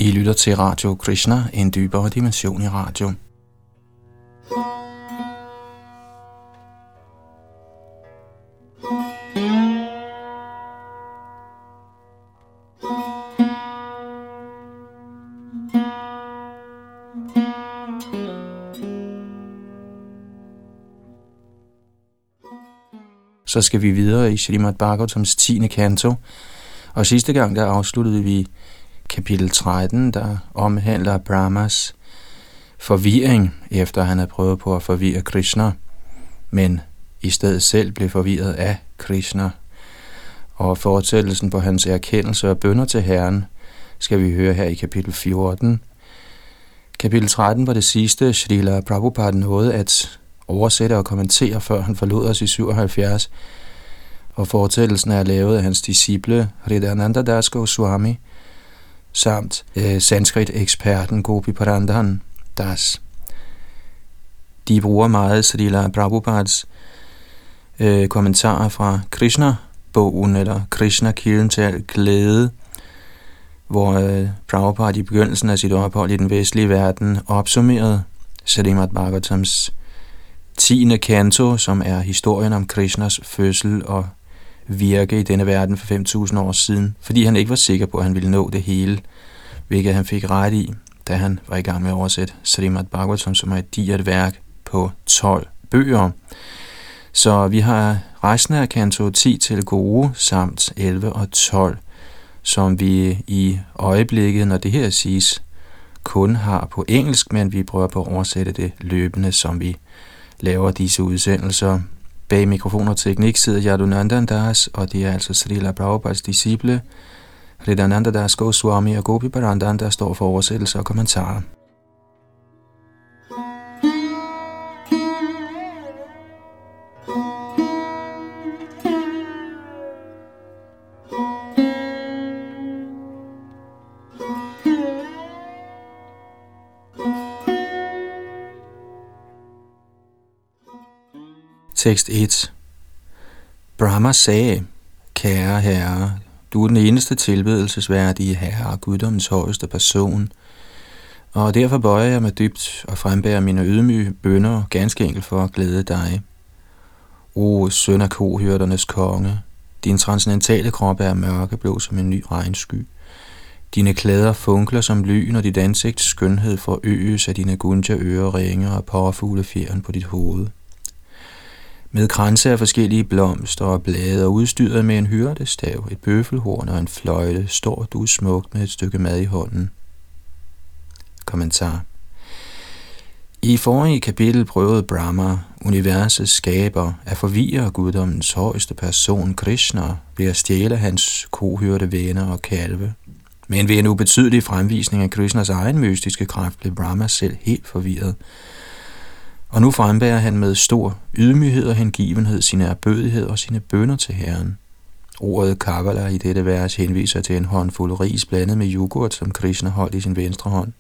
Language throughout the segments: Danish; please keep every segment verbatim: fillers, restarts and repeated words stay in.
I lytter til Radio Krishna, en dybere dimension i radio. Så skal vi videre i Srimad Bhagavatams tiende kanto, og sidste gang der afsluttede vi kapitel tretten, der omhandler Brahmas forvirring, efter han havde prøvet på at forvirre Krishna, men i stedet selv blev forvirret af Krishna. Og fortællelsen på hans erkendelse og bønner til Herren skal vi høre her i kapitel fjorten. Kapitel tretten var det sidste, Srila Prabhupada nåede at oversætte og kommentere, før han forlod os i syvoghalvfjerds, og fortællelsen er lavet af hans disciple Hridayananda Das Goswami, samt øh, sanskrit-eksperten Gopi Parandhan Das. De bruger meget Srila Prabhupads øh, kommentarer fra Krishna-bogen, eller Krishna-kilden til glæde, hvor øh, Prabhupada i begyndelsen af sit ophold i den vestlige verden opsummerede Srimad Bhagavatams tiende kanto, som er historien om Krishnas fødsel og virke i denne verden for fem tusind år siden, fordi han ikke var sikker på, at han ville nå det hele, hvilket han fik ret i, da han var i gang med at oversætte Srimad Bhagavatam, som er et digert værk på tolv bøger. Så vi har resten af kanto ti til gode, samt elleve og tolv, som vi i øjeblikket, når det her siges, kun har på engelsk, men vi prøver på at oversætte det løbende, som vi laver disse udsendelser. Bag mikrofon og teknik sidder Yadunanda Das, og det er altså Srila Prabhupads disciple, Hridayananda Das Goswami og Gopi Parandhan, der står for oversættelse og kommentarer. Tekst et. Brahma sagde: Kære herre, du er den eneste tilbedelsesværdige herre, guddommens højeste person, og derfor bøjer jeg mig dybt og frembærer mine ydmyge bønner ganske enkelt for at glæde dig. O søn af kohyrdernes konge, din transcendentale krop er mørkeblå som en ny regnsky. Dine klæder funkler som lyn, og dit ansigts skønhed forøges af dine gunja øreringe og påfugle fjern på dit hoved. Med kranse af forskellige blomster og blade og udstyret med en hyrdestav, et bøffelhorn og en fløjte, står du smukt med et stykke mad i hånden. Kommentar. I forrige kapitel prøvede Brahma, universets skaber, at forvirre guddommens højeste person Krishna ved at stjæle hans kohyrde venner og kalve. Men ved en ubetydelig fremvisning af Krishnas egen mystiske kraft blev Brahma selv helt forvirret. Og nu frembærer han med stor ydmyghed og hengivenhed sine erbødighed og sine bønner til Herren. Ordet Kavala i dette vers henviser til en håndfuld ris blandet med yoghurt, som Krishna holdt i sin venstre hånd.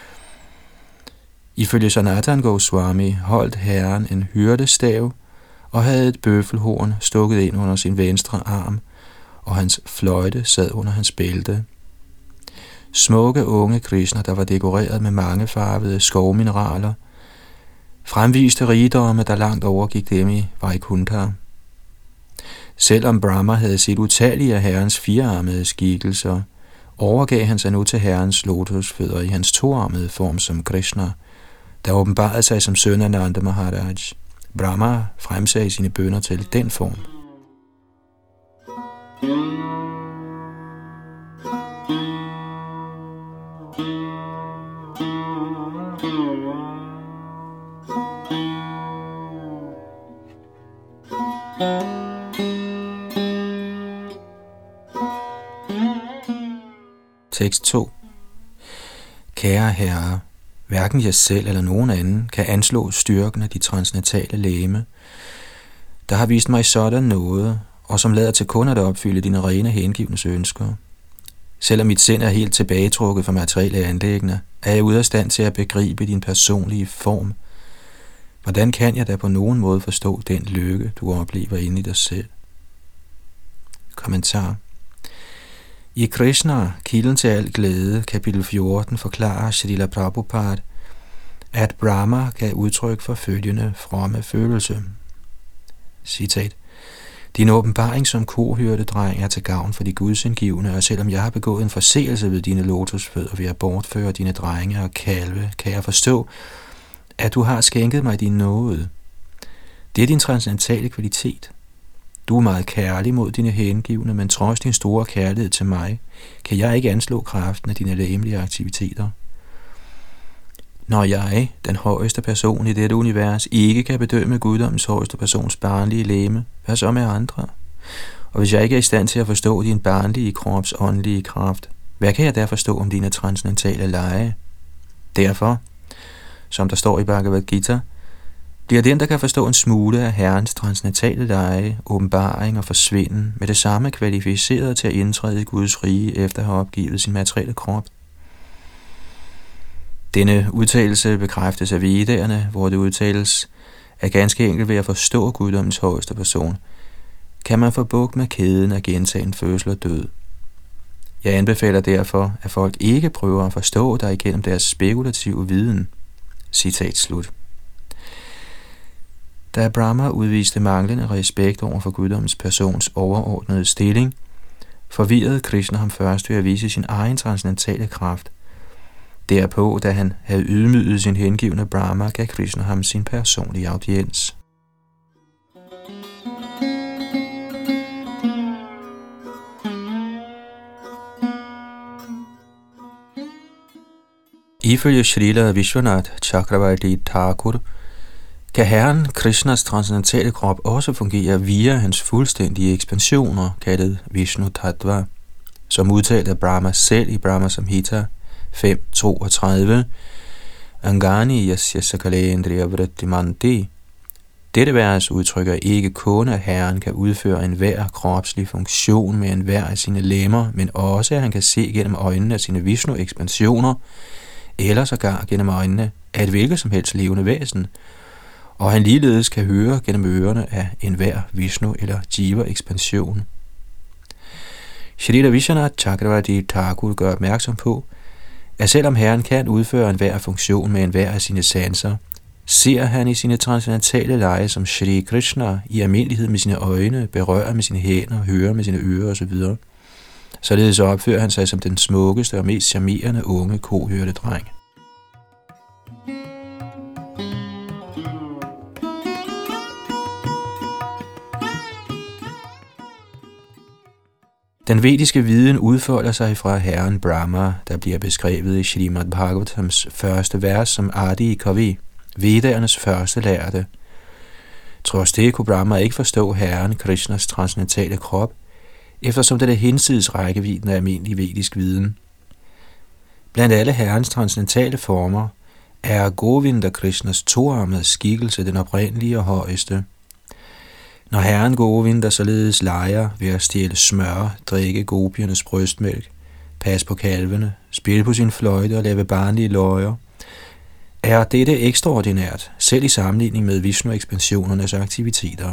Ifølge Sanatan Goswami holdt Herren en hyrdestav og havde et bøffelhorn stukket ind under sin venstre arm, og hans fløjte sad under hans bælte. Smukke unge Krishna, der var dekoreret med mangefarvede skovmineraler, fremviste rigdomme, der langt overgik dem i Vaikuntha. Selvom Brahma havde set utallige af herrens firearmede skikkelser, overgav han sig nu til herrens lotusfødder i hans toarmede form som Krishna, der åbenbarede sig som søn af Nanda Maharaj. Brahma fremsagde sine bønner til den form. Tekst to. Kære herre, hverken jeg selv eller nogen anden kan anslå styrken af de transcendentale legeme, der har vist mig sådan noget, og som lader til kun at opfylde dine rene hengivnes ønsker. Selvom mit sind er helt tilbagetrukket fra materielle anliggender, er jeg ude af stand til at begribe din personlige form. Hvordan kan jeg da på nogen måde forstå den lykke, du oplever inde i dig selv? Kommentar. I Krishna, kilden til al glæde, kapitel fjorten, forklarer Srila Prabhupada, at Brahma gav udtryk for følgende fromme følelse. Citat. Din åbenbaring som kohyrdedreng er til gavn for de gudsindgivne, og selvom jeg har begået en forseelse ved dine lotusfødder ved at bortføre dine drenge og kalve, kan jeg forstå, at du har skænket mig din nåde. Det er din transcendentale kvalitet. Du er meget kærlig mod dine hengivne, men trods din store kærlighed til mig, kan jeg ikke anslå kraften af dine legemlige aktiviteter. Når jeg, den højeste person i dette univers, ikke kan bedømme guddommens højeste persons barnlige legeme, hvad så med andre? Og hvis jeg ikke er i stand til at forstå din barnlige krops åndelige kraft, hvad kan jeg der forstå om dine transcendentale lege? Derfor, som der står i Bhagavad Gita, bliver den, der kan forstå en smule af Herrens transcendentale lege, åbenbaring og forsvinden, med det samme kvalificeret til at indtræde i Guds rige efter at have opgivet sin materielle krop. Denne udtalelse bekræftes af Vedderne, hvor det udtales, at ganske enkelt ved at forstå guddommens højeste person, kan man få bugt med kæden af gentagen fødsel og død. Jeg anbefaler derfor, at folk ikke prøver at forstå dig igennem deres spekulative viden. Citat slut. Da Brahma udviste manglende respekt over for guddommens persons overordnede stilling, forvirrede Krishna ham først ved at vise sin egen transcendentale kraft. Derpå, da han havde ydmyget sin hengivne Brahma, gav Krishna ham sin personlige audiens. Ifølge Srila Vishwanath Chakravarti Thakur kan Herren Krishnas transcendentale krop også fungere via hans fuldstændige ekspansioner, kaldet Vishnu Tattva, som udtalt af Brahma selv i Brahma Samhita fem toogtredive. Angani yasya sakalendriya vrittimanti. Dette vers udtrykker ikke kun, at Herren kan udføre enhver kropslig funktion med enhver af sine lemmer, men også, at han kan se gennem øjnene af sine Vishnu-ekspansioner, eller sågar gennem øjnene af et hvilket som helst levende væsen, og han ligeledes kan høre gennem ørerne af enhver Vishnu- eller Jiva-ekspansion. Shrila Vishwanath Chakravarti Thakur gør opmærksom på, at selvom Herren kan udføre enhver funktion med enhver af sine sanser, ser han i sine transcendentale lege som Shri Krishna i almindelighed med sine øjne, berører med sine hænder, hører med sine ører osv. Således opfører han sig som den smukkeste og mest charmerende unge kohyrdedreng. Den vediske viden udfolder sig fra Herren Brahma, der bliver beskrevet i Srimad Bhagavatams første vers som Adi Kavi, Vedernes første lærte. Trods det kunne Brahma ikke forstå Herren Krishnas transcendentale krop, eftersom det er hinsides rækkevidden af almindelig vedisk viden. Blandt alle Herrens transcendentale former er Govinda Krishnas toarmede skikkelse den oprindelige og højeste. Når Herren Govinda således leger ved at stjæle smør, drikke gopiernes brystmælk, passe på kalvene, spille på sin fløjte og lave barnlige løjer, er dette ekstraordinært, selv i sammenligning med Vishnu-ekspansionernes aktiviteter.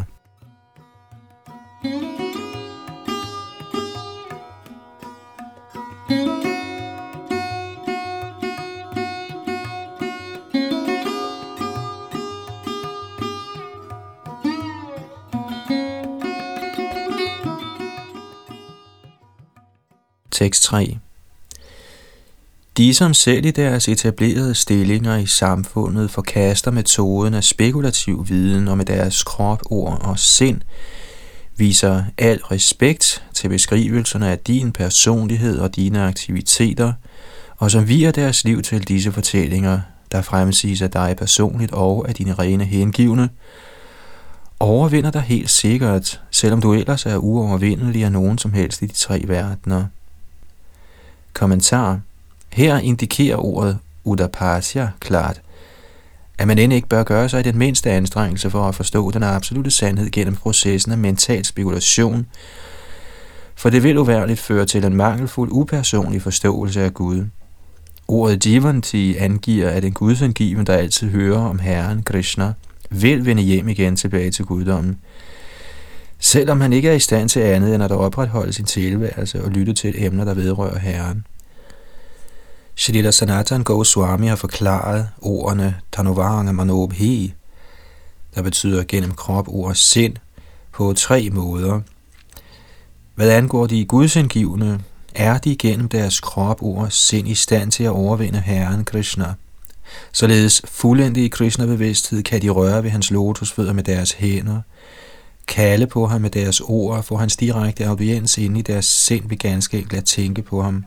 Tekst tre. De, som selv i deres etablerede stillinger i samfundet forkaster metoden af spekulativ viden og med deres krop, ord og sind, viser al respekt til beskrivelserne af din personlighed og dine aktiviteter, og som viger deres liv til disse fortællinger, der fremsiges af dig personligt og af dine rene hengivne, overvinder dig helt sikkert, selvom du ellers er uovervindelig af nogen som helst i de tre verdener. Kommentar. Her indikerer ordet udapasya klart, at man end ikke bør gøre sig den mindste anstrengelse for at forstå den absolute sandhed gennem processen af mental spekulation, for det vil uværligt føre til en mangelfuld, upersonlig forståelse af Gud. Ordet Jivanti angiver, at en gudsangiven, der altid hører om Herren Krishna, vil vende hjem igen tilbage til guddommen. selvom han ikke er i stand til andet end at opretholde sin tilværelse og lytte til et emne, der vedrører Herren. Shrila Sanatan Goswami har forklaret ordene Tanuvanga Manobhi, der betyder gennem krop, ord og sind, på tre måder. Hvad angår de gudsindgivne, er de gennem deres krop, ord og sind i stand til at overvinde Herren Krishna. Således fuldendt i Krishna-bevidsthed kan de røre ved hans lotusfødder med deres hænder, kalde på ham med deres ord og få hans direkte audiens inde i deres sind ved ganske enkelt at tænke på ham.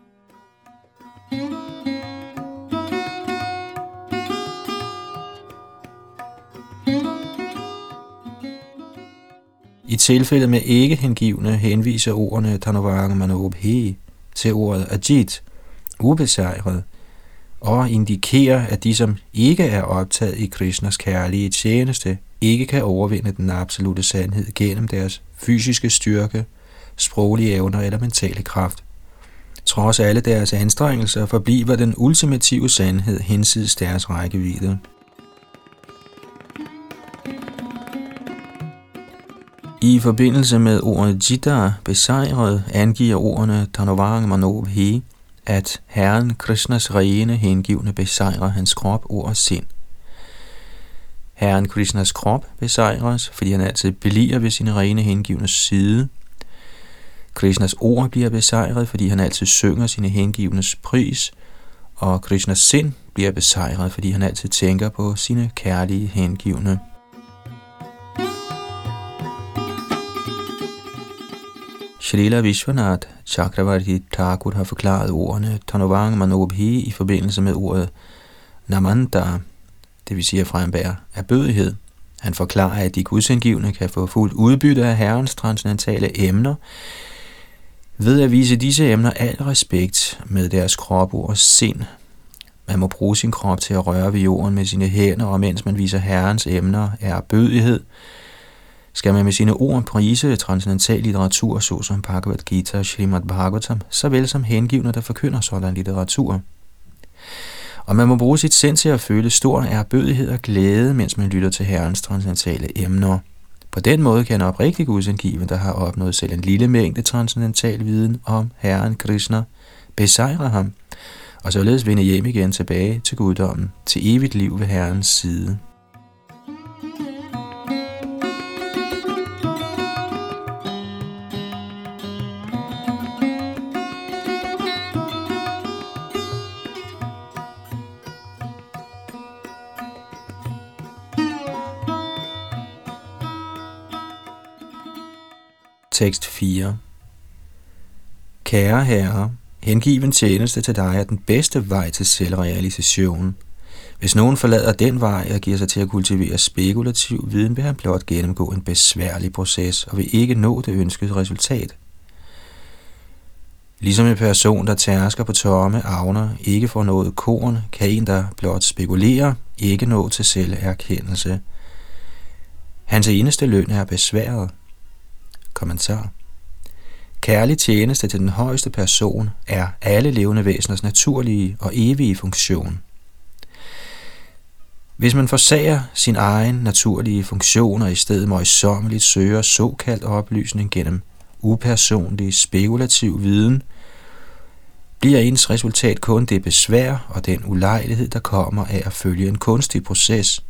I tilfælde med ikke-hengivne henviser ordene Tanuvanga Manobhi til ordet Ajit, ubesejret, og indikerer, at de, som ikke er optaget i Krishnas kærlige tjeneste, ikke kan overvinde den absolute sandhed gennem deres fysiske styrke, sproglige evner eller mentale kraft. Trods alle deres anstrengelser forbliver den ultimative sandhed hinsides deres rækkevidde. I forbindelse med ordet Jita, besejret, angiver ordene Tanuvanga Manobhi, at Herren Krishnas rene hengivne besejrer hans krop, ord og sind. Herren Krishnas krop besejres, fordi han altid bliver ved sine rene hengivnes side. Krishnas ord bliver besejret, fordi han altid synger sine hengivnes pris, og Krishnas sind bliver besejret, fordi han altid tænker på sine kærlige hengivne. Shrila Vishwanath Chakravarti Thakur har forklaret ordene Tanuvanga Manobhi i forbindelse med ordet Namanta, det vil sige at frembære erbødighed. Han forklarer, at de gudsindgivne kan få fuldt udbytte af Herrens transcendentale emner, ved at vise disse emner al respekt med deres krop, ord og sind. Man må bruge sin krop til at røre ved jorden med sine hænder, og mens man viser Herrens emner er erbødighed, skal man med sine ord prise transcendental litteratur, såsom Bhagavad Gita og Srimad Bhagavatam, såvel som hengivne, der forkynder sådan litteratur. Og man må bruge sit sind til at føle stor erbødighed og glæde, mens man lytter til Herrens transcendentale emner. På den måde kan en oprigtig gudsindgiven, der har opnået selv en lille mængde transcendental viden om Herren Krishna, besejre ham, og således vende hjem igen tilbage til guddommen, til evigt liv ved Herrens side. Tekst fire. Kære Herre, hengiven tjeneste til dig er den bedste vej til selvrealisation. Hvis nogen forlader den vej og giver sig til at kultivere spekulativ viden, vil han blot gennemgå en besværlig proces og vil ikke nå det ønskede resultat. Ligesom en person, der tærsker på tomme avner, ikke får noget korn, kan en, der blot spekulerer, ikke nå til selverkendelse. Hans eneste løn er besværet. Kommentar. Kærlig tjeneste til den højeste person er alle levende væseners naturlige og evige funktion. Hvis man forsager sin egen naturlige funktion og i stedet møjsommeligt søger såkaldt oplysning gennem upersonlig spekulativ viden, bliver ens resultat kun det besvær og den ulejlighed, der kommer af at følge en kunstig proces.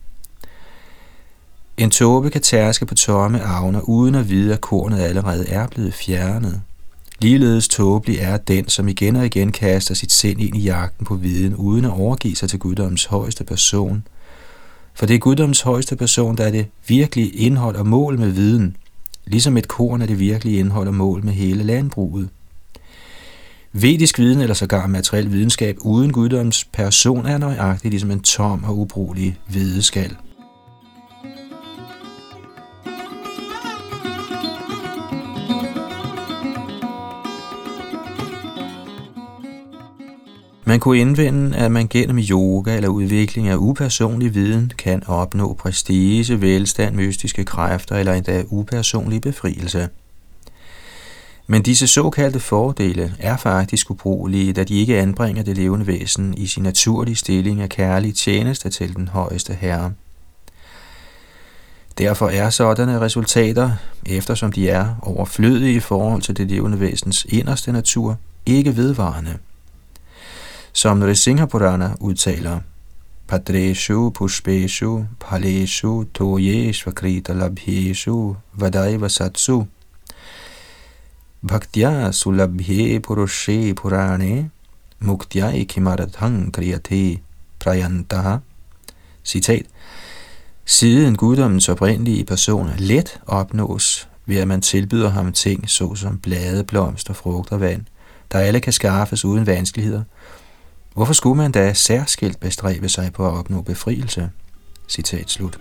En tåbe kan tærske på tomme avner uden at vide, at kornet allerede er blevet fjernet. Ligeledes tåbelig er den, som igen og igen kaster sit sind ind i jagten på viden, uden at overgive sig til guddommens højeste person. For det er guddommens højeste person, der er det virkelige indhold og mål med viden, ligesom et korn er det virkelige indhold og mål med hele landbruget. Vedisk viden eller sågar materiel videnskab uden guddommens person er nøjagtigt ligesom en tom og ubrugelig hvedeskal. Man kunne indvende, at man gennem yoga eller udvikling af upersonlig viden kan opnå prestige, velstand, mystiske kræfter eller endda upersonlig befrielse. Men disse såkaldte fordele er faktisk ubrugelige, da de ikke anbringer det levende væsen i sin naturlige stilling af kærlig tjeneste til den højeste herre. Derfor er sådanne resultater, eftersom de er overflødige i forhold til det levende væsens inderste natur, ikke vedvarende. Som Nrsimha Purana udtaler, Padreshu pushpeshu phaleshu toyeshva krita labhyeshu vadaiva satsu bhaktya sulabhye purushe purane muktya kimaradhang kriyate prayantaha. Citat. Siden guddommens oprindelige person let opnås, ved at man tilbyder ham ting såsom blade, blomster, frugt og vand, der alle kan skaffes uden vanskeligheder, hvorfor skulle man da særskilt bestræbe sig på at opnå befrielse? Citat slut.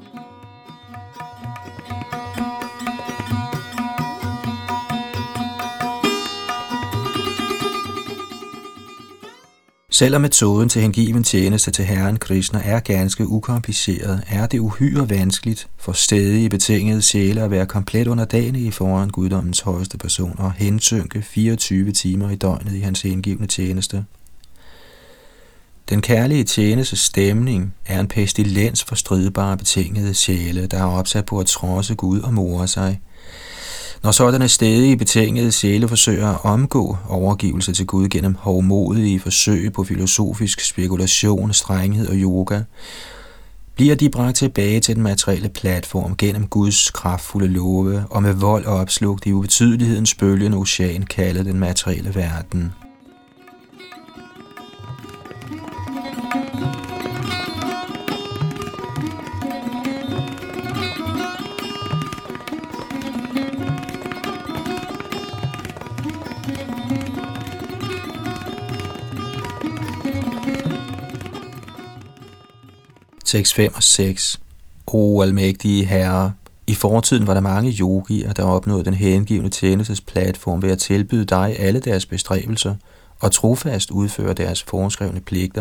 Selvom metoden til hengiven tjeneste til Herren Krishna er ganske ukompliceret, er det uhyre vanskeligt for stædige betingede sjæle at være komplet underdanige foran guddommens højeste person og hensynke fireogtyve timer i døgnet i hans hengivne tjeneste. Den kærlige tjenestes stemning er en pestilens for stridbare betingede sjæle, der er opsat på at trodse Gud og more sig. Når sådanne stædige betingede sjæle forsøger at omgå overgivelse til Gud gennem hovmodige forsøg på filosofisk spekulation, strenghed og yoga, bliver de bragt tilbage til den materielle platform gennem Guds kraftfulde love og med vold opslugt i ubetydelighedens bølgende ocean kaldet den materielle verden. Tekst fem og seks. O almægtige herre, i fortiden var der mange yogier, der opnåede den hengivne tjenestes platform ved at tilbyde dig alle deres bestræbelser og trofast udføre deres foreskrevne pligter.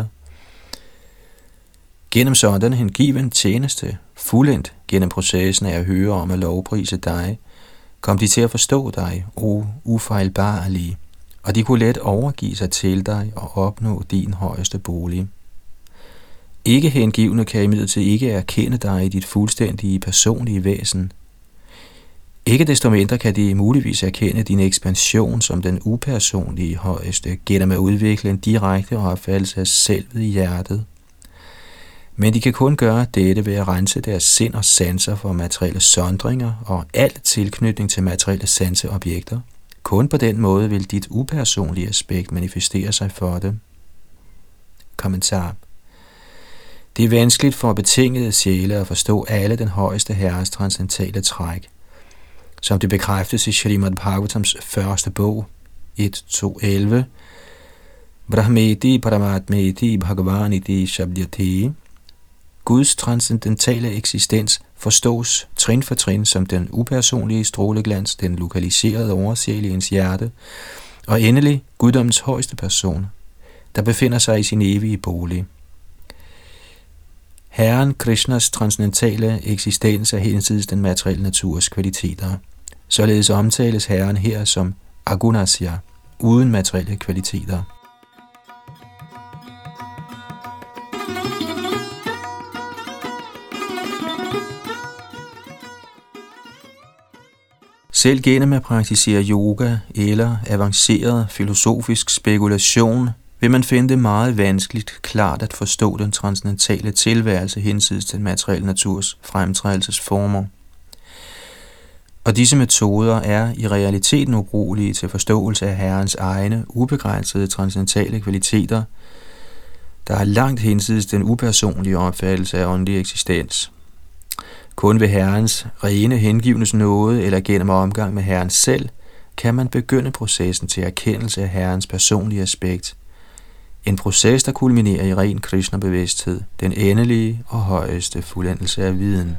Gennem sådan hengiven tjeneste, fuldendt gennem processen af at høre om at lovprise dig, kom de til at forstå dig, o ufejlbarlige, og de kunne let overgive sig til dig og opnå din højeste bolig. Ikke hengivne kan imidlertid ikke erkende dig i dit fuldstændige personlige væsen. Ikke desto mindre kan de muligvis erkende din ekspansion som den upersonlige højeste, gennem at udvikle en direkte opfattelse af selvet i hjertet. Men de kan kun gøre dette ved at rense deres sind og sanser for materielle sondringer og al tilknytning til materielle sanseobjekter. Kun på den måde vil dit upersonlige aspekt manifestere sig for dem. Kommentar. Det er vanskeligt for betingede sjæle at forstå alle den højeste herres transcendentale træk. Som det bekræftes i Srimad Bhagavatams første bog, et to elleve, Brahmeti Paramatmeti Bhagavaniti Shabdyate. Guds transcendentale eksistens forstås trin for trin som den upersonlige stråleglans, den lokaliserede oversjæl i ens hjerte, og endelig guddommens højeste person, der befinder sig i sin evige bolig. Herren Krishnas transcendentale eksistens er hinsides den materielle naturs kvaliteter. Således omtales Herren her som Agunasya, uden materielle kvaliteter. Selv gennem at praktisere yoga eller avanceret filosofisk spekulation, vil man finde det meget vanskeligt klart at forstå den transcendentale tilværelse hinsides den materielle naturs fremtrædelsesformer. Og disse metoder er i realiteten ubrugelige til forståelse af Herrens egne ubegrænsede transcendentale kvaliteter, der er langt hinsides den upersonlige opfattelse af åndelig eksistens. Kun ved Herrens rene hengivnes nåde eller gennem omgang med Herren selv, kan man begynde processen til erkendelse af Herrens personlige aspekt. En proces, der kulminerer i ren Krishna-bevidsthed, den endelige og højeste fuldendelse af viden.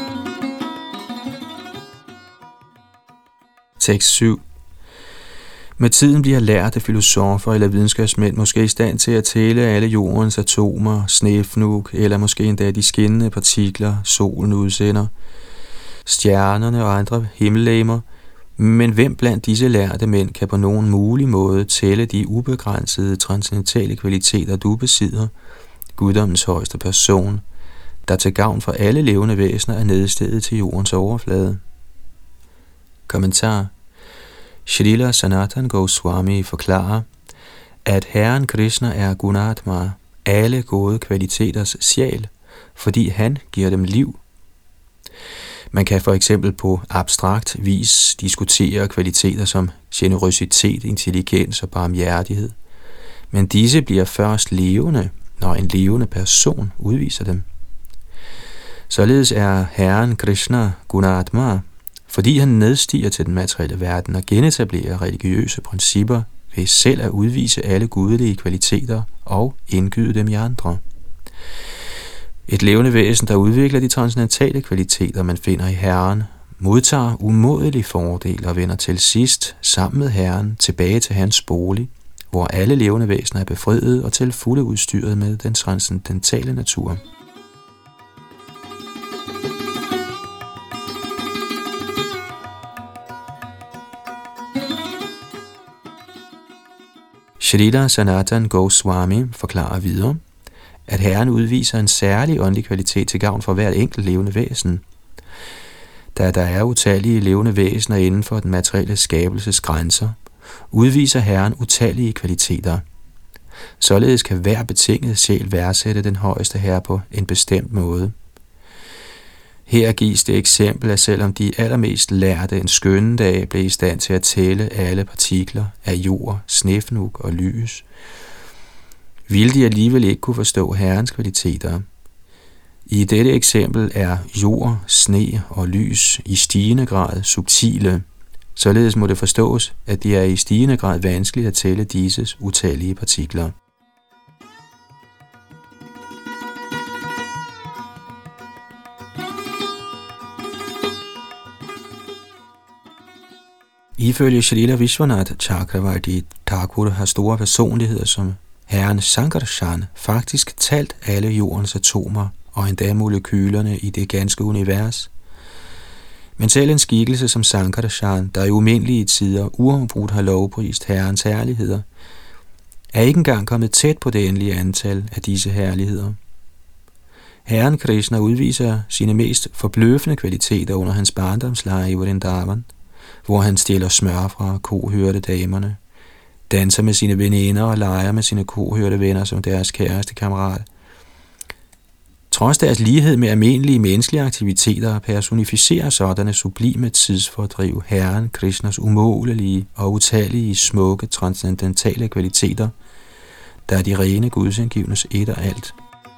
Tekst syv. Med tiden bliver lærte filosofer eller videnskabsmænd måske i stand til at tælle alle jordens atomer, snefnug eller måske endda de skinnende partikler, solen udsender, stjernerne og andre himmellegemer. Men hvem blandt disse lærte mænd kan på nogen mulig måde tælle de ubegrænsede transcendentale kvaliteter, du besidder, guddommens højeste person, der til gavn for alle levende væsener er nedstedet til jordens overflade? Kommentar. Shrila Sanatan Goswami forklarer, at Herren Krishna er Gunatma, alle gode kvaliteters sjæl, fordi han giver dem liv. Man kan for eksempel på abstrakt vis diskutere kvaliteter som generøsitet, intelligens og barmhjertighed, men disse bliver først levende, når en levende person udviser dem. Således er Herren Krishna Gunatma, fordi han nedstiger til den materielle verden og genetablerer religiøse principper ved selv at udvise alle gudelige kvaliteter og indgyde dem i andre. Et levende væsen, der udvikler de transcendentale kvaliteter, man finder i Herren, modtager umådelig fordel og vender til sidst sammen med Herren tilbage til hans bolig, hvor alle levende væsener er befriet og til fulde udstyret med den transcendentale natur. Shrila Sanatan Goswami forklarer videre, at Herren udviser en særlig åndelig kvalitet til gavn for hvert enkelt levende væsen. Da der er utallige levende væsener inden for den materielle skabelses grænser, udviser Herren utallige kvaliteter. Således kan hver betinget sjæl værdsætte den højeste herre på en bestemt måde. Her gives det eksempel, at selvom de allermest lærte en skønne dag blev i stand til at tælle alle partikler af jord, snefnug og lys, ville de alligevel ikke kunne forstå Herrens kvaliteter. I dette eksempel er jord, sne og lys i stigende grad subtile. Således må det forstås, at det er i stigende grad vanskeligt at tælle disses utallige partikler. Ifølge Srila Vishwanath Chakravarti Thakur har store personligheder som Herren Sankarshan faktisk talt alle jordens atomer og endda molekylerne i det ganske univers. Men selv en skikkelse som Sankarshan, der i umindelige tider uafbrudt har lovprist Herrens herligheder, er ikke engang kommet tæt på det endelige antal af disse herligheder. Herren Krishna udviser sine mest forbløffende kvaliteter under hans barndomslejr i Vrindavan, hvor han stjæler smør fra kohørte damerne, danser med sine veninder og leger med sine kohørte venner som deres kæreste kammerat. Trods deres lighed med almindelige menneskelige aktiviteter personificerer sådanne sublime tidsfordriv Herren Krishnas umålelige og utallige smukke transcendentale kvaliteter, der er de rene gudsindgivnes et og alt.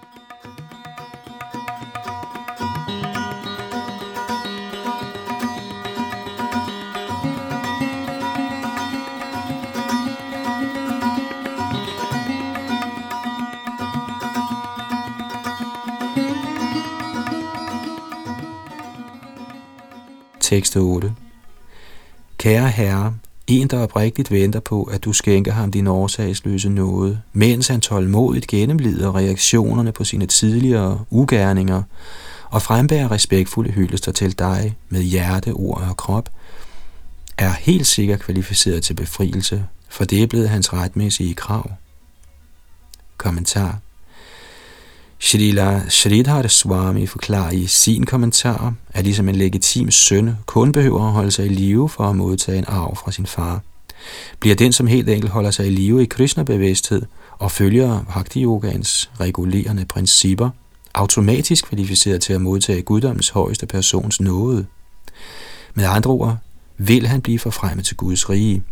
Tekst otte. Kære Herre, en der oprigtigt venter på, at du skænker ham din årsagsløse nåde, mens han tålmodigt gennemlider reaktionerne på sine tidligere ugerninger og frembærer respektfulde hyldester til dig med hjerte, ord og krop, er helt sikkert kvalificeret til befrielse, for det er blevet hans retmæssige krav. Kommentar. Shrila Sridhar Swami forklarer i sin kommentar, at ligesom en legitim søn kun behøver at holde sig i live for at modtage en arv fra sin far, bliver den, som helt enkelt holder sig i live i Krishna-bevidsthed og følger Bhakti-yogans regulerende principper, automatisk kvalificeret til at modtage guddommens højeste persons nåde. Med andre ord vil han blive forfremmet til Guds rige.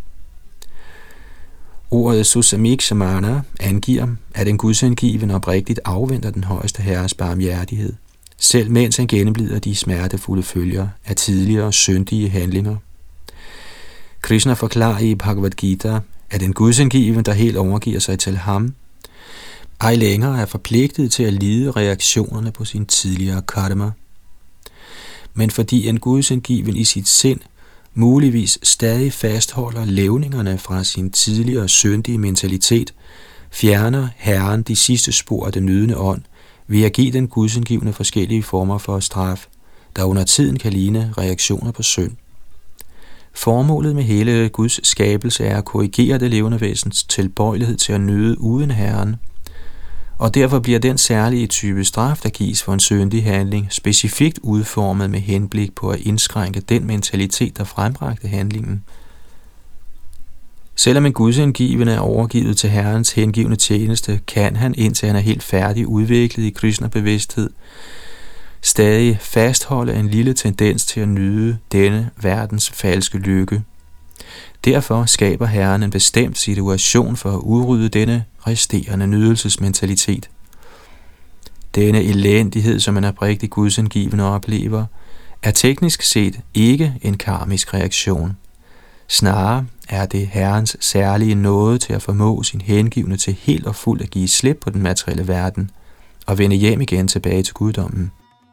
Ordet Susamiksamana angiver, at en gudsindgiven oprigtigt afventer den højeste herres barmhjertighed, selv mens han gennemlider de smertefulde følger af tidligere syndige handlinger. Krishna forklarer i Bhagavad Gita, at en gudsindgiven, der helt overgiver sig til ham, ej længere er forpligtet til at lide reaktionerne på sin tidligere karma. Men fordi en gudsindgiven i sit sind muligvis stadig fastholder levningerne fra sin tidligere syndige mentalitet, fjerner Herren de sidste spor af den nydende ånd ved at give den gudsindgivne forskellige former for straf, der under tiden kan ligne reaktioner på synd. Formålet med hele Guds skabelse er at korrigere det levende væsens tilbøjelighed til at nyde uden Herren, og derfor bliver den særlige type straf, der gives for en syndig handling, specifikt udformet med henblik på at indskrænke den mentalitet, der frembragte handlingen. Selvom en gudsindgivende er overgivet til Herrens hengivne tjeneste, kan han, indtil han er helt færdig udviklet i Krishna-bevidsthed, stadig fastholde en lille tendens til at nyde denne verdens falske lykke. Derfor skaber Herren en bestemt situation for at udrydde denne resterende nydelsesmentalitet. Denne elendighed, som en oprigtig gudsindgivende oplever, er teknisk set ikke en karmisk reaktion. Snarere er det Herrens særlige nåde til at formå sin hengivne til helt og fuldt at give slip på den materielle verden og vende hjem igen tilbage til guddommen.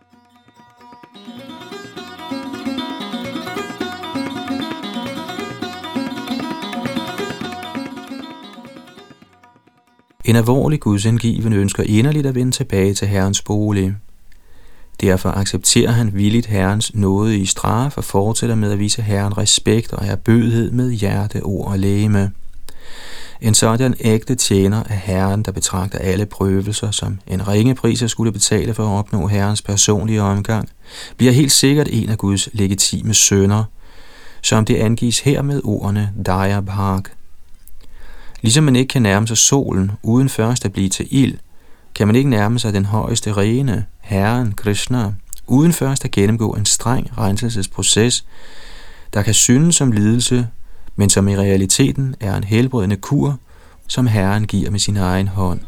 En alvorlig gudsindgivende ønsker inderligt at vende tilbage til Herrens bolig. Derfor accepterer han villigt Herrens nåde i straf og fortsætter med at vise Herren respekt og ærbødighed med hjerte, ord og legeme. En sådan ægte tjener af Herren, der betragter alle prøvelser som en ringe pris at skulle betale for at opnå Herrens personlige omgang, bliver helt sikkert en af Guds legitime sønner, som det angives her med ordene Daya Bhag. Ligesom man ikke kan nærme sig solen uden først at blive til ild, kan man ikke nærme sig den højeste rene, Herren Krishna, uden først at gennemgå en streng renselsesproces, der kan synes som lidelse, men som i realiteten er en helbredende kur, som Herren giver med sin egen hånd.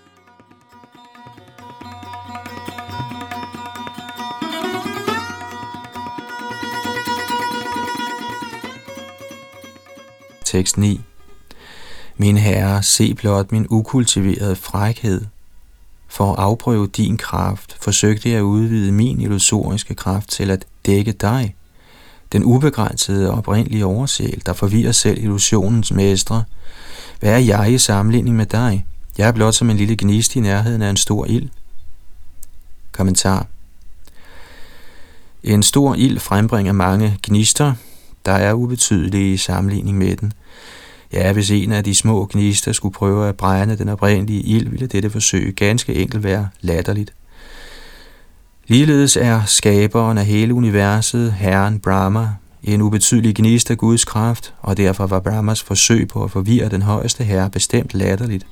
Tekst ni. Min herre, se blot min ukultiverede frækhed. For at afprøve din kraft, forsøgte jeg at udvide min illusoriske kraft til at dække dig, den ubegrænsede og oprindelige oversjæl, der forvirrer selv illusionens mestre. Hvad er jeg i sammenligning med dig? Jeg er blot som en lille gnist i nærheden af en stor ild. Kommentar. En stor ild frembringer mange gnister, der er ubetydelige i sammenligning med den. Ja, hvis en af de små gnister skulle prøve at brænde den oprindelige ild, ville dette forsøg ganske enkelt være latterligt. Ligeledes er skaberen af hele universet, Herren Brahma, en ubetydelig gnist af Guds kraft, og derfor var Brahmas forsøg på at forvirre den højeste herre bestemt latterligt.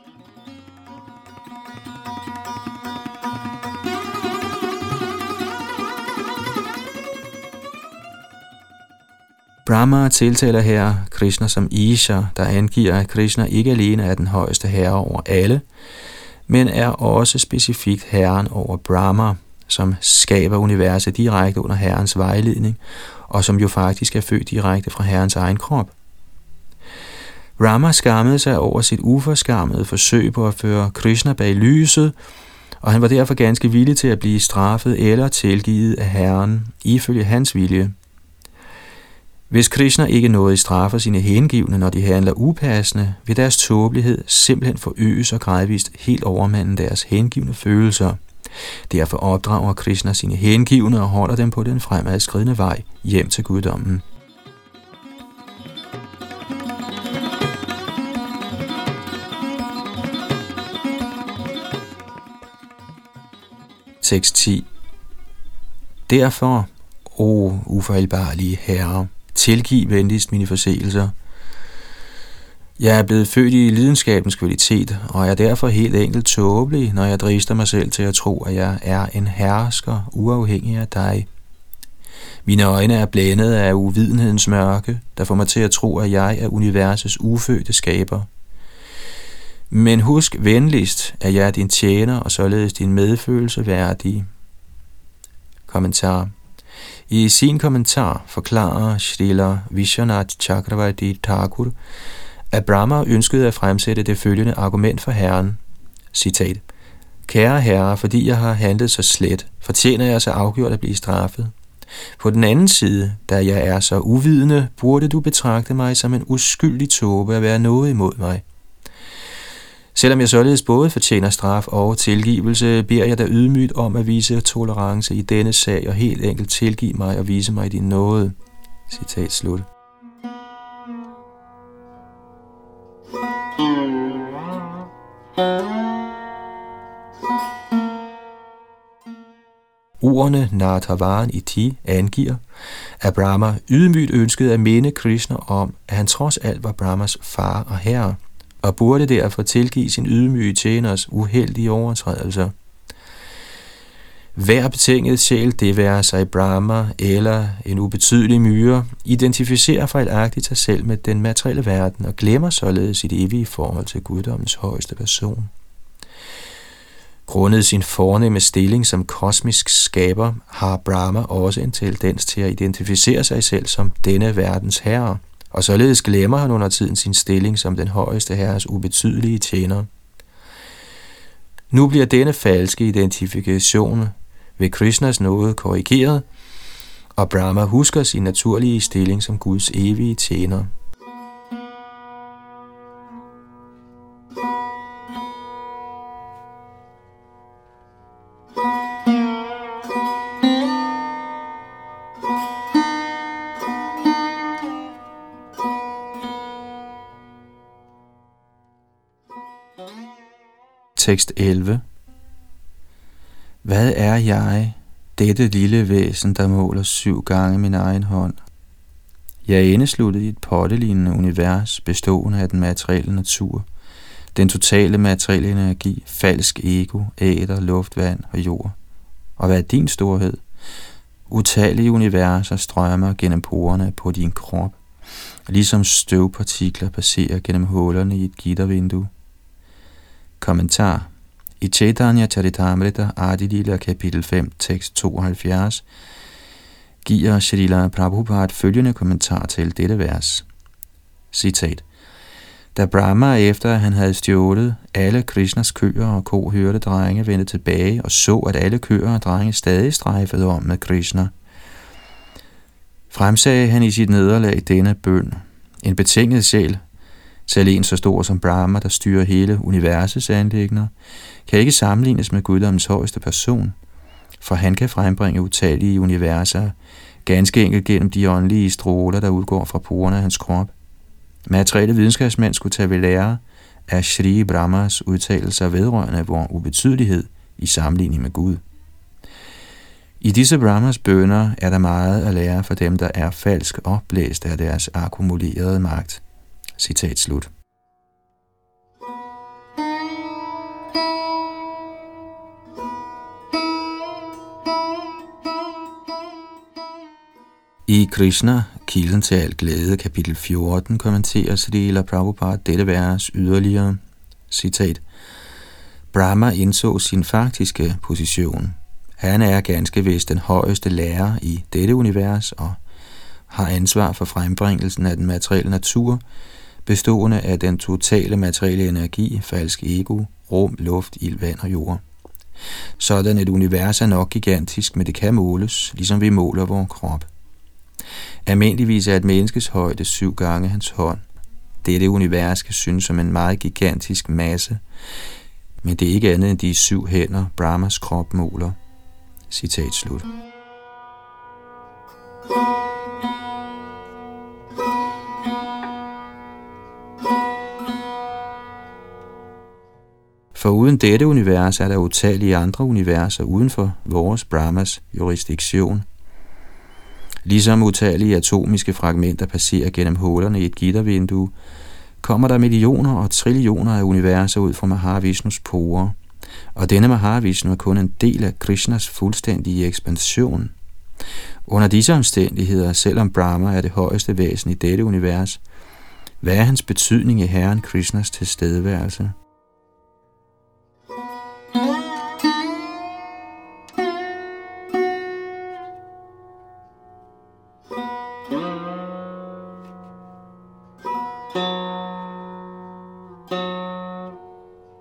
Brahma tiltaler her Krishna som Isha, der angiver, at Krishna ikke alene er den højeste herre over alle, men er også specifikt herren over Brahma, som skaber universet direkte under herrens vejledning, og som jo faktisk er født direkte fra herrens egen krop. Brahma skammede sig over sit uforskammede forsøg på at føre Krishna bag lyset, og han var derfor ganske villig til at blive straffet eller tilgivet af herren, ifølge hans vilje. Hvis Krishna ikke nåede i straffe sine hengivne, når de handler upassende, vil deres tåbelighed simpelthen forøges og gradvist helt overmande deres hengivne følelser. Derfor opdrager Krishna sine hengivne og holder dem på den fremadskridende vej hjem til guddommen. Tekst ti. Derfor, o ufejlbarlige herre, tilgiv venligst mine forseelser. Jeg er blevet født i lidenskabens kvalitet, og er derfor helt enkelt tåbelig, når jeg drister mig selv til at tro, at jeg er en hersker uafhængig af dig. Mine øjne er blændet af uvidenhedens mørke, der får mig til at tro, at jeg er universets ufødte skaber. Men husk venligst, at jeg er din tjener og således din medfølelse værdig. Kommentar. I sin kommentar forklarer Srila Vishwanath Chakravarti Thakur, at Brahma ønskede at fremsætte det følgende argument for herren. Citat. Kære herre, fordi jeg har handlet så slet, fortjener jeg så afgjort at blive straffet. På den anden side, da jeg er så uvidende, burde du betragte mig som en uskyldig tåbe at være noget imod mig. Selvom jeg således både fortjener straf og tilgivelse, beder jeg dig ydmygt om at vise tolerance i denne sag og helt enkelt tilgive mig og vise mig din nåde. Citat slut. Ordene Natavaran iti angiver, at Brahma ydmygt ønskede at minde Krishna om, at han trods alt var Brahmas far og herre, og burde derfor tilgive sin ydmyge tjeners uheldige overtrædelser. Hver betinget sjæl, det være sig Brahma eller en ubetydelig myre, identificerer fejlagtigt sig selv med den materielle verden og glemmer således sit evige forhold til guddommens højeste person. Grundet sin fornemme stilling som kosmisk skaber, har Brahma også en tendens til at identificere sig selv som denne verdens herre, og således glemmer han under tiden sin stilling som den højeste herres ubetydelige tjener. Nu bliver denne falske identifikation ved Krishnas nåde korrigeret, og Brahma husker sin naturlige stilling som Guds evige tjener. Tekst elleve. Hvad er jeg, dette lille væsen, der måler syv gange min egen hånd? Jeg er indesluttet i et pottelignende univers, bestående af den materielle natur, den totale materielle energi, falsk ego, æter, luft, vand og jord. Og hvad er din storhed? Utallige universer strømmer gennem porerne på din krop, ligesom støvpartikler passerer gennem hullerne i et gittervindue. Kommentar. I Chaitanya Charitamrita Adi Lila kapitel fem, tekst tooghalvfjerds, giver Srila Prabhupada følgende kommentar til dette vers. Citat. Da Brahma, efter at han havde stjålet alle Krishnas køer og kohørte drenge, vendte tilbage og så, at alle køer og drenge stadig strejfede om med Krishna, fremsagde han i sit nederlag denne bøn. En betinget sjæl, selv en så stor som Brahma, der styrer hele universets anliggender, kan ikke sammenlignes med guddommens højeste person, for han kan frembringe utallige universer, ganske enkelt gennem de åndelige stråler, der udgår fra porerne af hans krop. Materielle videnskabsmænd skulle tage ved lære af Shri Brahmas udtalelser vedrørende vor ubetydelighed i sammenligning med Gud. I disse Brahmas bønner er der meget at lære for dem, der er falsk opblæst af deres akkumulerede magt. Citat slut. I Krishna, kilden til al glæde, kapitel fjorten, kommenterer Srila Prabhupada dette vers yderligere. Citat. Brahma indså sin faktiske position. Han er ganske vist den højeste lærer i dette univers og har ansvar for frembringelsen af den materielle natur, bestående af den totale materielle energi, falsk ego, rum, luft, ild, vand og jord. Sådan et univers er nok gigantisk, men det kan måles, ligesom vi måler vores krop. Almindeligvis er et menneskes højde syv gange hans hånd. Dette univers kan synes som en meget gigantisk masse, men det er ikke andet end de syv hænder, Brahmas krop måler. Citat slut. For uden dette univers er der utallige andre universer uden for vores Brahmas jurisdiktion. Ligesom utallige atomiske fragmenter passerer gennem hullerne i et gittervindue, kommer der millioner og trillioner af universer ud fra Mahavishnus porer, og denne Mahavishnu er kun en del af Krishnas fuldstændige ekspansion. Under disse omstændigheder, selvom Brahma er det højeste væsen i dette univers, hvad er hans betydning i Herren Krishnas tilstedeværelse?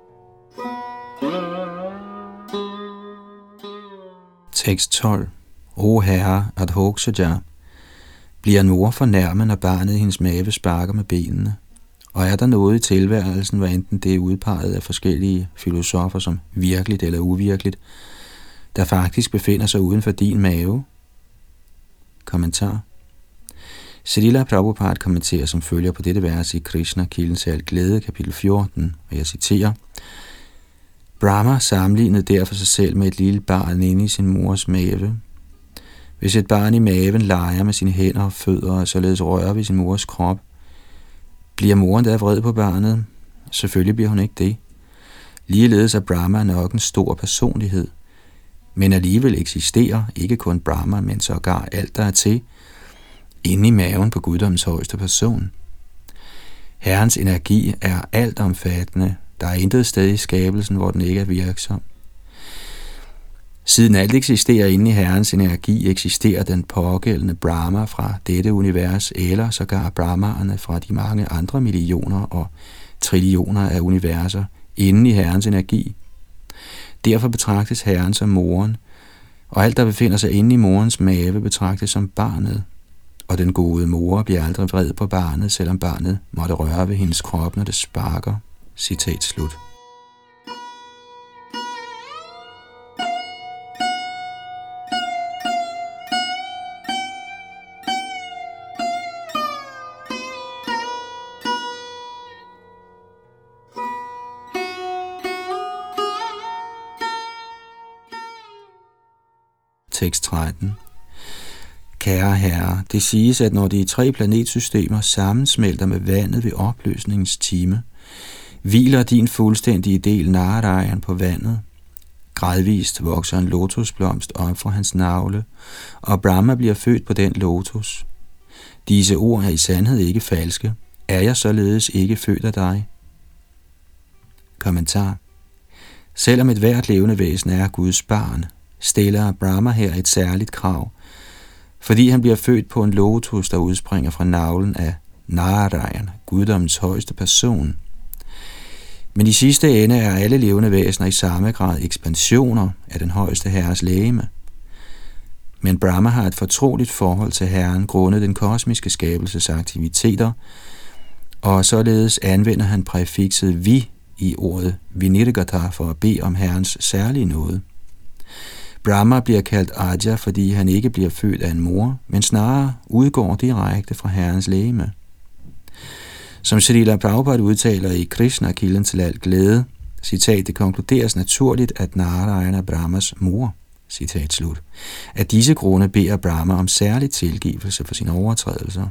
Tekst tolv. O herre Adhokshaja, bliver en mor fornærmet, når barnet i hendes mave sparker med benene? Og er der noget i tilværelsen, hvad enten det er udpeget af forskellige filosofer som virkeligt eller uvirkeligt, der faktisk befinder sig uden for din mave? Kommentar. Srila Prabhupada kommenterer som følger på dette vers i Krishna, kilden til al glæde, kapitel fjorten, og jeg citerer: Brahma sammenlignede derfor sig selv med et lille barn inde i sin mors mave. Hvis et barn i maven leger med sine hænder og fødder og således rører ved sin mors krop, bliver moren da vred på barnet? Selvfølgelig bliver hun ikke det. Ligeledes er Brahma nok en stor personlighed, men alligevel eksisterer ikke kun Brahma, men sågar alt, der er til, inde i maven på guddommens højeste person. Herrens energi er altomfattende. Der er intet sted i skabelsen, hvor den ikke er virksom. Siden alt eksisterer inde i Herrens energi, eksisterer den pågældende Brahma fra dette univers, eller sågar Brahmaerne fra de mange andre millioner og trillioner af universer inde i Herrens energi. Derfor betragtes Herren som moren, og alt, der befinder sig inde i morens mave, betragtes som barnet. Og den gode mor bliver aldrig vred på barnet, selvom barnet måtte røre ved hendes krop, når det sparker. Citat slut. Tekst tretten. Kære herre, det siges, at når de tre planetsystemer sammensmelter med vandet ved opløsningens time, hviler din fuldstændige del Narayan på vandet. Gradvist vokser en lotusblomst op fra hans navle, og Brahma bliver født på den lotus. Disse ord er i sandhed ikke falske. Er jeg således ikke født af dig? Kommentar. Selvom et hvert levende væsen er Guds barn, stiller Brahma her et særligt krav, fordi han bliver født på en lotus, der udspringer fra navlen af Narayan, guddommens højeste person. Men i sidste ende er alle levende væsener i samme grad ekspansioner af den højeste herres legeme. Men Brahma har et fortroligt forhold til herren grundet den kosmiske skabelses aktiviteter, og således anvender han præfikset vi i ordet Vinirgata for at bede om herrens særlige nåde. Brahma bliver kaldt Aja, fordi han ikke bliver født af en mor, men snarere udgår direkte fra herrens legeme. Som Srila Prabhupada udtaler i Krishna, kilden til al glæde, citat, det konkluderes naturligt, at Narayan er Brahmas mor, citat slut. Af disse grunde beder Brahma om særlig tilgivelse for sine overtrædelser.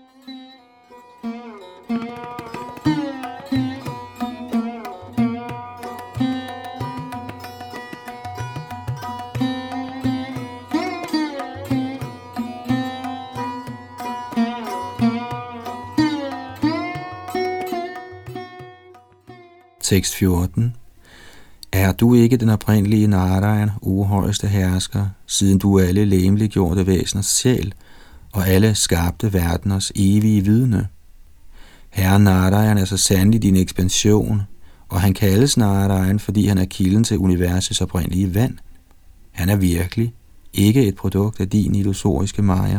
Tekst fjorten. Er du ikke den oprindelige Narayan, uhøjeste hersker, siden du er alle legemliggjorte væseners sjæl, og alle skabte verdeners evige vidne? Herren Narayan er så sandelig din ekspansion, og han kaldes Narayan, fordi han er kilden til universets oprindelige vand. Han er virkelig ikke et produkt af din illusoriske maya.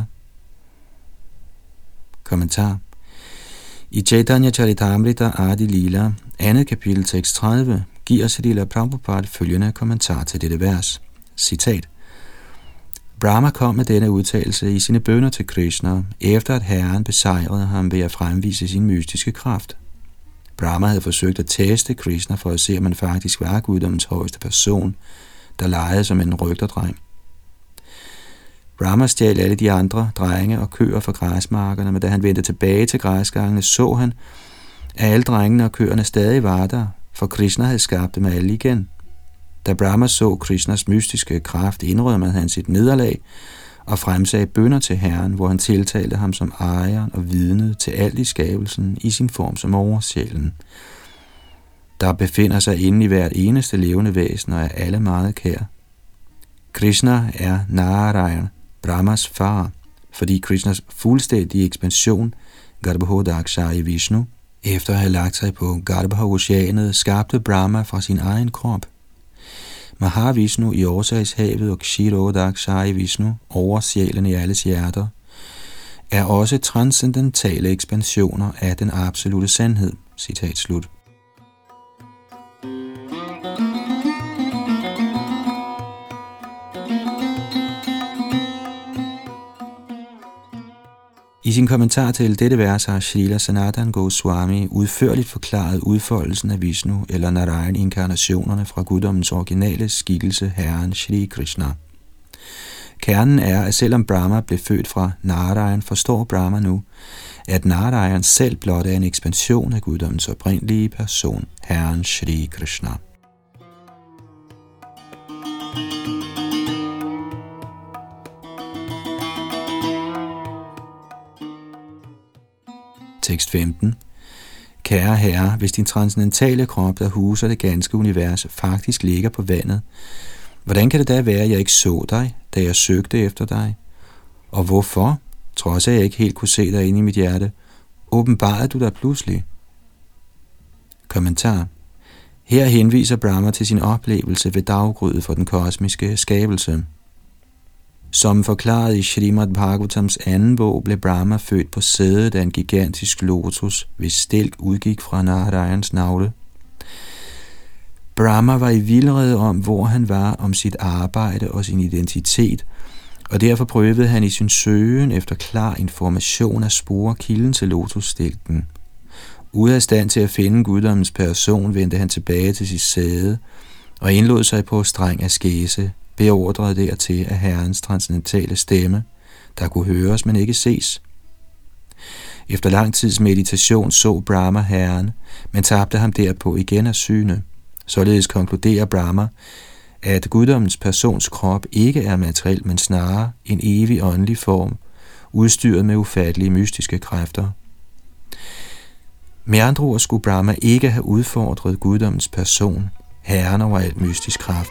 Kommentar. I Chaitanya Charitamrita Adi Lila, andet kapitel, tekst tredive, giver Srila Prabhupada følgende kommentar til dette vers. Citat. Brahma kom med denne udtalelse i sine bønner til Krishna, efter at herren besejrede ham ved at fremvise sin mystiske kraft. Brahma havde forsøgt at teste Krishna for at se, om han faktisk var guddommens højeste person, der legede som en rygterdreng. Brahma stjal alle de andre drenge og køer fra græsmarkerne, men da han vendte tilbage til græsgangene, så han, at alle drengene og køerne stadig var der, for Krishna havde skabt dem alle igen. Da Brahma så Krishnas mystiske kraft, indrømmede han sit nederlag og fremsagde bønner til herren, hvor han tiltalte ham som ejeren og vidnede til alt i skabelsen i sin form som oversjælen, der befinder sig inde i hvert eneste levende væsen og er alle meget kær. Krishna er Narayan, Brahmas far, fordi Krishnas fuldstændige ekspansion, Garbhodakshaya Vishnu, efter at have lagt sig på Garbha-oceanet, skabte Brahma fra sin egen krop. Mahavishnu i årsagshavet og Kshirodakshaya Vishnu over sjælen i alles hjerter, er også transcendentale ekspansioner af den absolute sandhed. Citat slut. I sin kommentar til dette vers har Srila Sanatana Goswami udførligt forklaret udfoldelsen af Vishnu eller Narayan-inkarnationerne fra guddommens originale skikkelse, Herren Shri Krishna. Kernen er, at selvom Brahma blev født fra Narayan, forstår Brahma nu, at Narayan selv blot er en ekspansion af guddommens oprindelige person, Herren Shri Krishna. Tekst femten. Kære herre, hvis din transcendentale krop, der huser det ganske univers, faktisk ligger på vandet, hvordan kan det da være, at jeg ikke så dig, da jeg søgte efter dig? Og hvorfor, trods at jeg ikke helt kunne se dig inde i mit hjerte, åbenbarede du dig pludselig? Kommentar. Her henviser Brahma til sin oplevelse ved daggryet for den kosmiske skabelse. Som forklaret i Srimad Bhagavatams anden bog, blev Brahma født på sædet af en gigantisk lotus, hvis stilk udgik fra Narayans navle. Brahma var i vildrede om, hvor han var, om sit arbejde og sin identitet, og derfor prøvede han i sin søgen efter klar information at spore kilden til lotusstilken. Ude af stand til at finde guddommens person, vendte han tilbage til sit sæde og indlod sig på streng askese, beordret dertil af Herrens transcendentale stemme, der kunne høres, men ikke ses. Efter lang tids meditation så Brahma Herren, men tabte ham derpå igen af syne. Således konkluderer Brahma, at guddommens persons krop ikke er materiel, men snarere en evig åndelig form, udstyret med ufattelige mystiske kræfter. Med andre ord skulle Brahma ikke have udfordret guddommens person, Herren over alt mystisk kraft.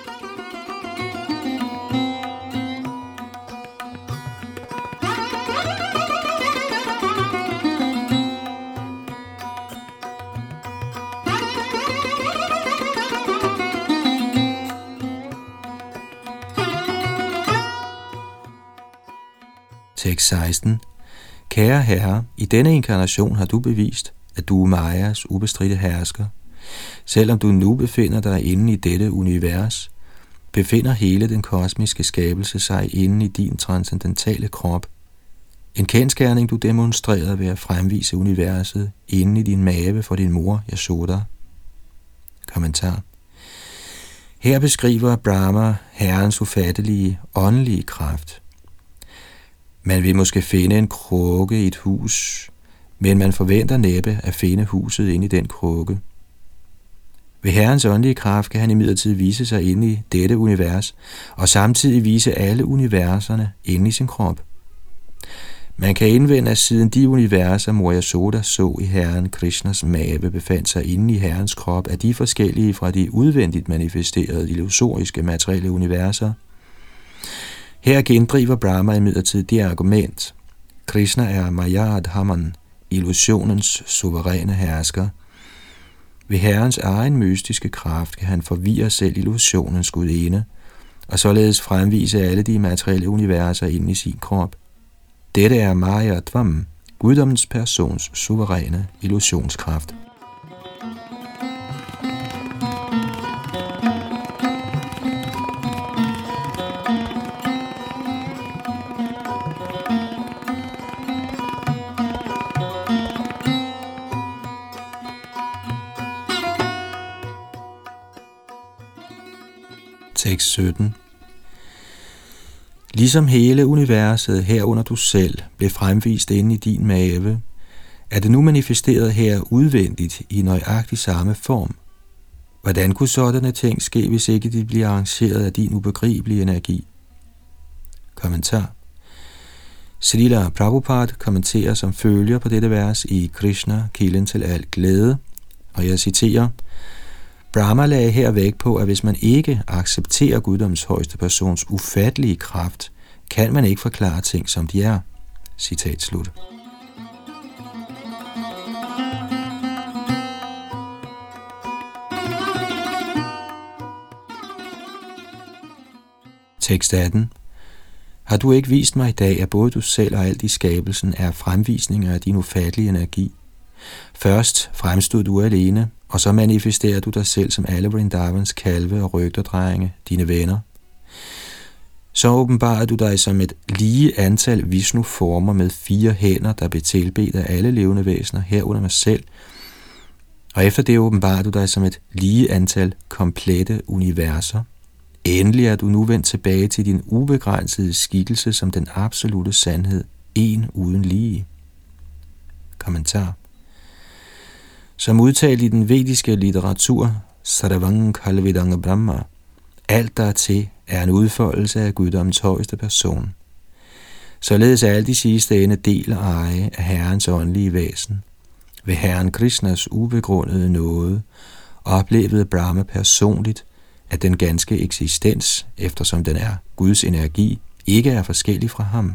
Tekst seksten. Kære herre, i denne inkarnation har du bevist, at du er Mayas ubestridte hersker. Selvom du nu befinder dig inde i dette univers, befinder hele den kosmiske skabelse sig inde i din transcendentale krop. En kendsgerning du demonstrerede ved at fremvise universet inde i din mave for din mor, Yashoda. Kommentar. Her beskriver Brahma Herrens ufattelige, åndelige kraft. Man vil måske finde en krukke i et hus, men man forventer næppe at finde huset inde i den krukke. Ved Herrens åndelige kraft kan han imidlertid vise sig inde i dette univers, og samtidig vise alle universerne inde i sin krop. Man kan indvende, at siden de universer, Mor Yashoda så i Herren Krishnas mave, befandt sig inde i Herrens krop, er de forskellige fra de udvendigt manifesterede illusoriske materielle universer. Her gendriver Brahma imidlertid det argument. Krishna er Mayadhaman, illusionens suveræne hersker. Ved Herrens egen mystiske kraft kan han forvirre selv illusionens gudinde, og således fremvise alle de materielle universer inde i sin krop. Dette er Mayadvam, guddommens persons suveræne illusionskraft. Tekst sytten. Ligesom hele universet herunder du selv blev fremvist inde i din mave, er det nu manifesteret her udvendigt i nøjagtig samme form. Hvordan kunne sådanne ting ske, hvis ikke de bliver arrangeret af din ubegribelige energi? Kommentar. Srila Prabhupada kommenterer som følger på dette vers i Krishna, kilden til al glæde, og jeg citerer: Brahma lagde her vægt på, at hvis man ikke accepterer guddoms højeste persons ufattelige kraft, kan man ikke forklare ting, som de er. Citat slut. Tekst atten. Har du ikke vist mig i dag, at både du selv og alt i skabelsen er fremvisninger af din ufattelige energi? Først fremstod du alene, og så manifesterer du dig selv som alle Vrindavans kalve og rygterdrenge, dine venner. Så åbenbarer du dig som et lige antal Vishnu-former med fire hænder, der bliver tilbedt af alle levende væsener, herunder mig selv. Og efter det åbenbarer du dig som et lige antal komplette universer. Endelig er du nu vendt tilbage til din ubegrænsede skikkelse som den absolute sandhed, en uden lige. Kommentar. Som udtalt i den vediske litteratur, Sarvang Kalvidanga Brahma, alt der er til er en udfoldelse af guddommens højeste person. Således er alt i sidste ende del og eje af Herrens åndelige væsen. Ved Herren Krishnas ubegrundede nåde oplevede Brahma personligt, at den ganske eksistens, eftersom den er Guds energi, ikke er forskellig fra ham.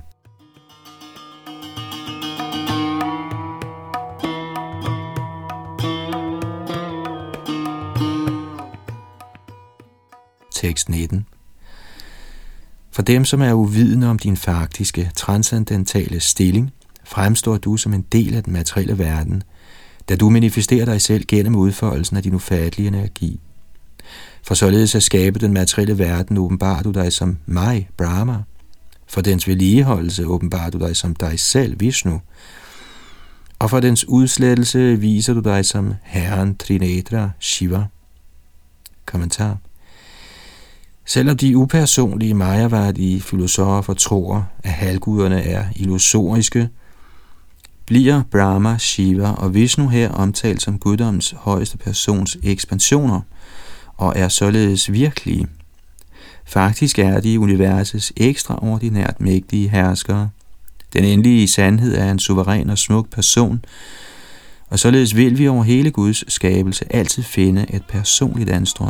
Tekst nitten. For dem, som er uvidende om din faktiske, transcendentale stilling, fremstår du som en del af den materielle verden, da du manifesterer dig selv gennem udfoldelsen af din ufattelige energi. For således at skabe den materielle verden, åbenbarer du dig som mig, Brahma. For dens vedligeholdelse åbenbarer du dig som dig selv, Vishnu. Og for dens udslettelse viser du dig som Herren Trinedra, Shiva. Kommentar. Selvom de upersonlige, majaværdige filosofer tror, at halvguderne er illusoriske, bliver Brahma, Shiva og Vishnu her omtalt som guddommens højeste persons ekspansioner, og er således virkelige. Faktisk er de universets ekstraordinært mægtige herskere. Den endelige sandhed er en suveræn og smuk person, og således vil vi over hele Guds skabelse altid finde et personligt anstrøg.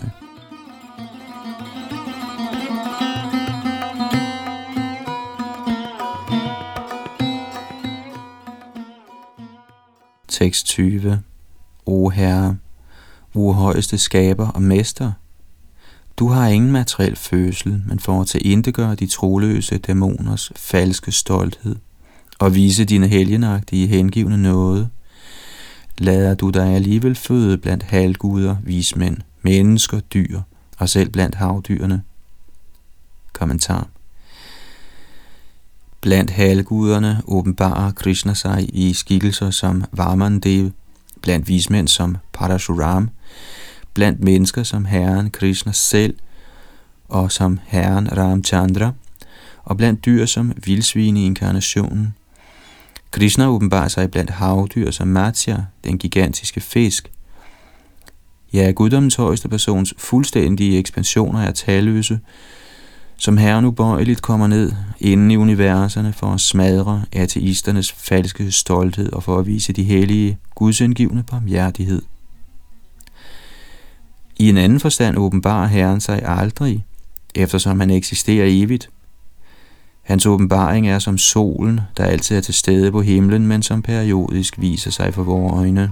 Tekst tyve. O Herre, o højeste skaber og mester, du har ingen materiel fødsel, men for at tilintetgøre de troløse dæmoners falske stolthed og vise dine helgenagtige hengivne nåde, lader du dig alligevel føde blandt halvguder, vismænd, mennesker, dyr og selv blandt havdyrene. Kommentar. Blandt halvguderne åbenbarer Krishna sig i skikkelser som Vamandev, blandt vismænd som Parashuram, blandt mennesker som Herren Krishna selv og som Herren Ramchandra, og blandt dyr som vildsvin i inkarnationen. Krishna åbenbarer sig blandt havdyr som Matsya, den gigantiske fisk. Ja, guddommens højeste persons fuldstændige ekspansioner er talløse, som Herren ubøjeligt kommer ned inden i universerne for at smadre ateisternes falske stolthed og for at vise de hellige, gudsindgivne barmhjertighed. I en anden forstand åbenbarer Herren sig aldrig, eftersom han eksisterer evigt. Hans åbenbaring er som solen, der altid er til stede på himlen, men som periodisk viser sig for vores øjne.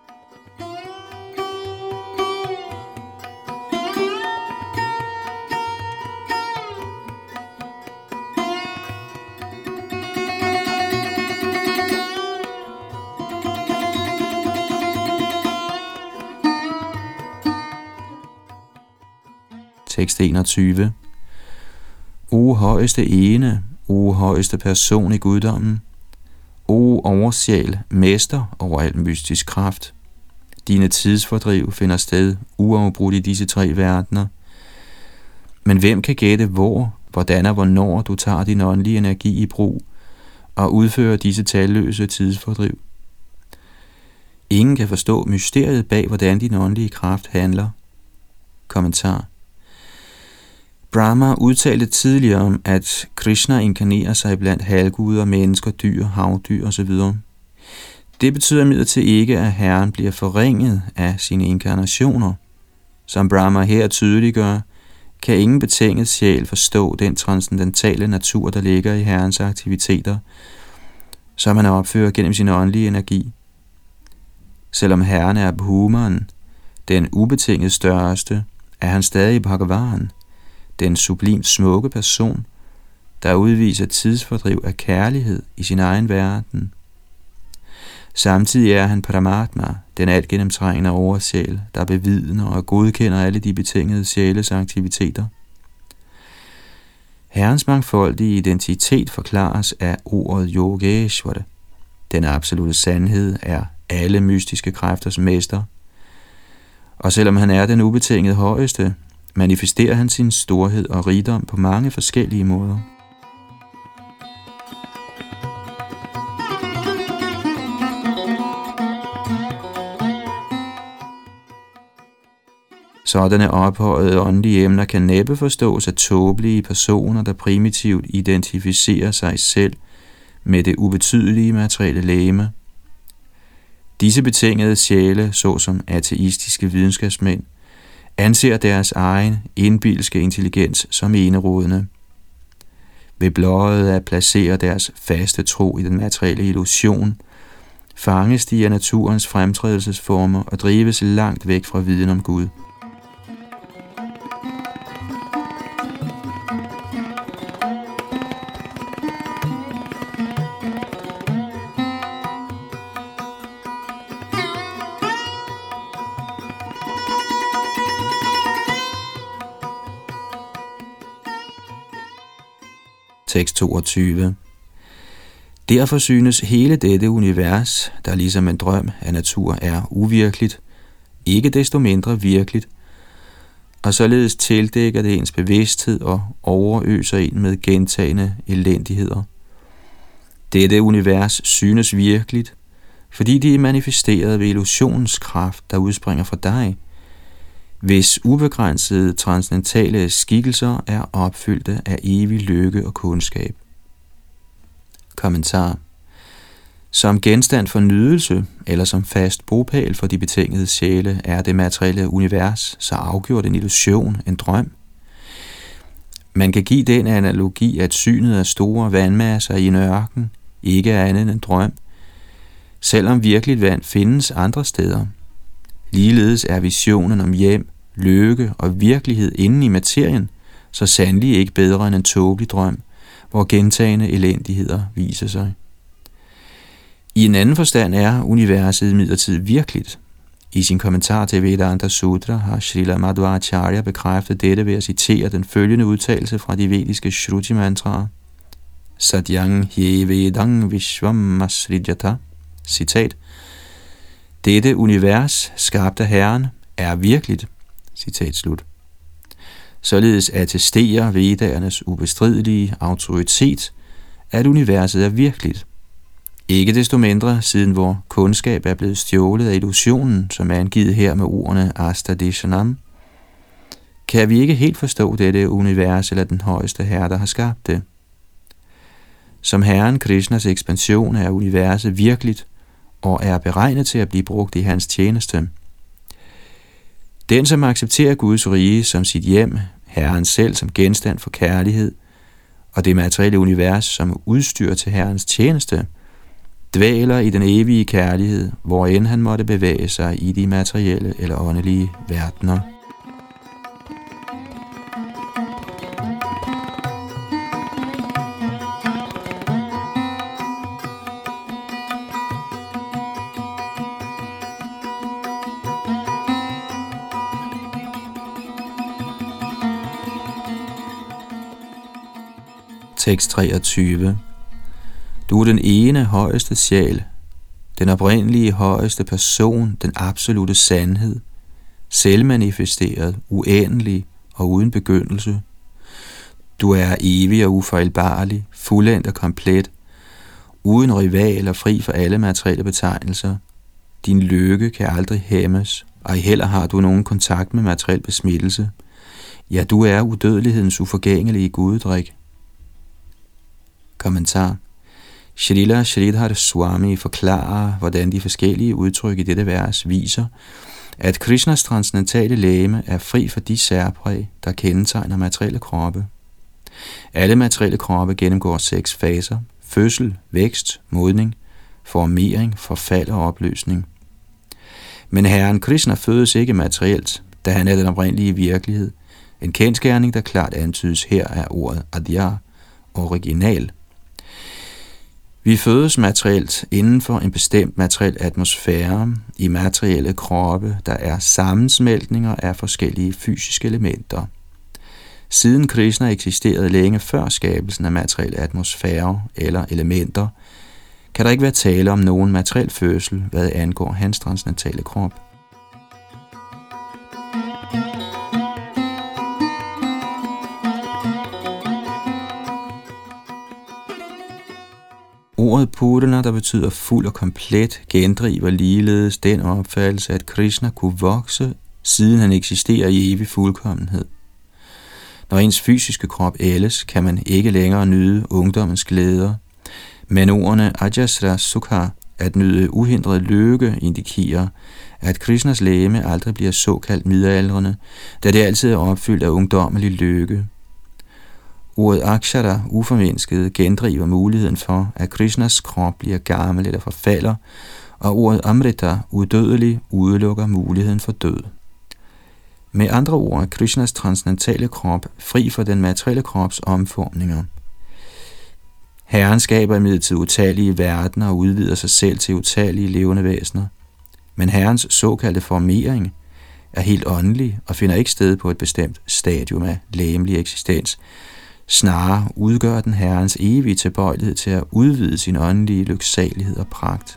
Tekst enogtyve. O højeste ene, o højeste person i guddommen, o oversjæl, mester over al mystisk kraft. Dine tidsfordriv finder sted uafbrudt i disse tre verdener. Men hvem kan gætte hvor, hvordan og hvornår du tager din åndelige energi i brug og udfører disse talløse tidsfordriv? Ingen kan forstå mysteriet bag, hvordan din åndelige kraft handler. Kommentar. Brahma udtalte tidligere om, at Krishna inkarnerer sig blandt halvguder, mennesker, dyr, havdyr osv. Det betyder imidlertid ikke, at Herren bliver forringet af sine inkarnationer. Som Brahma her tydeliggør, kan ingen betinget sjæl forstå den transcendentale natur, der ligger i Herrens aktiviteter, som han opfører gennem sin åndelige energi. Selvom Herren er Bhuman, den ubetinget største, er han stadig Bhagavan, den sublimt smukke person, der udviser tidsfordriv af kærlighed i sin egen verden. Samtidig er han Paramatma, den altgennemtrængende oversjæl, der bevidner og godkender alle de betingede sjæles aktiviteter. Herrens mangfoldige identitet forklares af ordet Yogeshvara. Den absolute sandhed er alle mystiske kræfters mester. Og selvom han er den ubetinget højeste, manifesterer han sin storhed og rigdom på mange forskellige måder. Sådanne ophøjede åndelige emner kan næppe forstås af tåbelige personer, der primitivt identificerer sig selv med det ubetydelige materielle legeme. Disse betingede sjæle, såsom ateistiske videnskabsmænd, anser deres egen indbilske intelligens som enerådende. Ved blåret at placere deres faste tro i den materielle illusion, fanges de af naturens fremtrædelsesformer og drives langt væk fra viden om Gud. Tekst toogtyve. Derfor synes hele dette univers, der ligesom en drøm af natur er uvirkeligt, ikke desto mindre virkeligt, og således tildækker det ens bevidsthed og overøser en med gentagende elendigheder. Dette univers synes virkeligt, fordi de er manifesteret ved illusionens kraft, der udspringer fra dig, hvis ubegrænsede transcendentale skikkelser er opfyldte af evig lykke og kundskab. Kommentar. Som genstand for nydelse, eller som fast bopæl for de betingede sjæle, er det materielle univers så afgjort en illusion, en drøm. Man kan give den analogi, at synet af store vandmasser i en ørken ikke er andet end en drøm, selvom virkeligt vand findes andre steder. Ligeledes er visionen om hjem, lykke og virkelighed inde i materien så sandelig ikke bedre end en tåbelig drøm, hvor gentagende elendigheder viser sig. I en anden forstand er universet imidlertid virkeligt. I sin kommentar til Vedanta Sutra har Srila Madhvacharya bekræftet dette ved at citere den følgende udtalelse fra de vediske Shruti-mantraer. Satyang hye vedang vishvam asrijata. Citat. Dette univers, skabt af Herren, er virkeligt. Citat slut. Således attesterer Vedaernes ubestridelige autoritet, at universet er virkeligt. Ikke desto mindre, siden vor kundskab er blevet stjålet af illusionen, som er angivet her med ordene Astadeshanam, kan vi ikke helt forstå dette univers eller den højeste herre, der har skabt det. Som Herren Krishnas ekspansion er universet virkeligt og er beregnet til at blive brugt i hans tjeneste. Den, som accepterer Guds rige som sit hjem, Herren selv som genstand for kærlighed, og det materielle univers som udstyr til Herrens tjeneste, dvæler i den evige kærlighed, hvor end han måtte bevæge sig i de materielle eller åndelige verdener. Tekst treogtyve. Du er den ene højeste sjæl, den oprindelige højeste person, den absolute sandhed, selvmanifesteret, uendelig og uden begyndelse. Du er evig og ufejlbarlig, fuldendt og komplet, uden rival og fri for alle materielle betegnelser. Din lykke kan aldrig hæmmes, og heller har du nogen kontakt med materiel besmittelse. Ja, du er udødelighedens uforgængelige guddrik. Kommentar. Shrila Sridhar Swami forklarer, hvordan de forskellige udtryk i dette vers viser, at Krishnas transcendentale legeme er fri for de særpræg, der kendetegner materielle kroppe. Alle materielle kroppe gennemgår seks faser: fødsel, vækst, modning, formering, forfald og opløsning. Men Herren Krishna fødes ikke materielt, da han er den oprindelige virkelighed, En kendsgerning, der klart antydes her, er ordet adya, original. Vi fødes materielt inden for en bestemt materiel atmosfære i materielle kroppe, der er sammensmeltninger af forskellige fysiske elementer. Siden Krishna eksisterede længe før skabelsen af materielle atmosfære eller elementer, kan der ikke være tale om nogen materiel fødsel, hvad angår hans transcendentale krop. Ordet Purana, der betyder fuld og komplet, gendriver ligeledes den opfattelse, at Krishna kunne vokse, siden han eksisterer i evig fuldkommenhed. Når ens fysiske krop ældes, kan man ikke længere nyde ungdommens glæder, men ordene Ajasra Sukha, at nyde uhindret lykke, indikerer, at Krishnas legeme aldrig bliver såkaldt midaldrende, da det altid er opfyldt af ungdommelig lykke. Ordet Akshara, uformindsket, gendriver muligheden for, at Krishnas krop bliver gammel eller forfalder, og ordet Amrita, udødelig, udelukker muligheden for død. Med andre ord er Krishnas transcendentale krop fri for den materielle krops omformninger. Herren skaber imidlertid utallige verdener og udvider sig selv til utallige levende væsener. Men Herrens såkaldte formering er helt åndelig og finder ikke sted på et bestemt stadium af legemlig eksistens. Snarere udgør den Herrens evige tilbøjelighed til at udvide sin åndelige lyksalighed og pragt.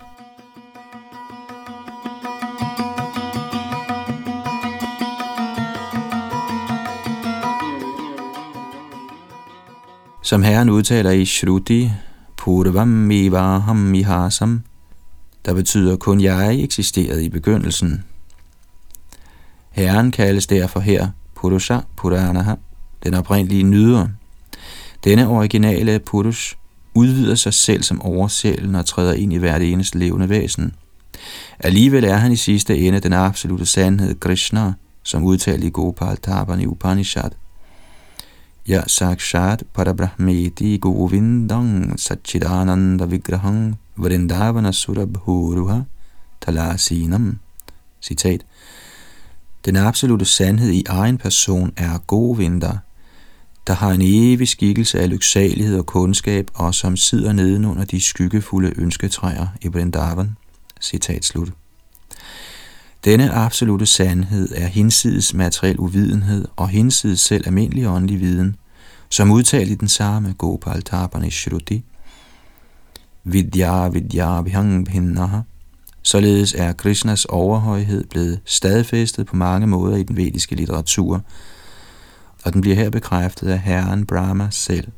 Som Herren udtaler i Shruti, Purvam Mevaham Mihasam, der betyder kun jeg eksisterede i begyndelsen. Herren kaldes derfor her Purusha Puranaha, den oprindelige nyder. Denne originale Purush udvider sig selv som oversjælen og træder ind i hvert eneste levende væsen. Alligevel er han i sidste ende den absolute sandhed Krishna, som udtalt i Gopal Tapani Upanishad. Ja sakshat parabrahmeti govindang satchidananda vigrahang vrindavana surabhuruha talasinam. Citat. Den absolute sandhed i egen person er Govinda, der har en evig skikkelse af lyksalighed og kundskab, og som sidder nedenunder de skyggefulde ønsketræer i Vrindavan. Citat slut. Denne absolute sandhed er hinsides materiel uvidenhed og hinsides selv almindelig åndelig viden, som udtalt i den samme Gopal Tapani Shruti. Vidya vidya vihang bhinnaha. Således er Krishnas overhøjhed blevet stadfæstet på mange måder i den vediske litteratur, og den bliver her bekræftet af Herren Brahma selv.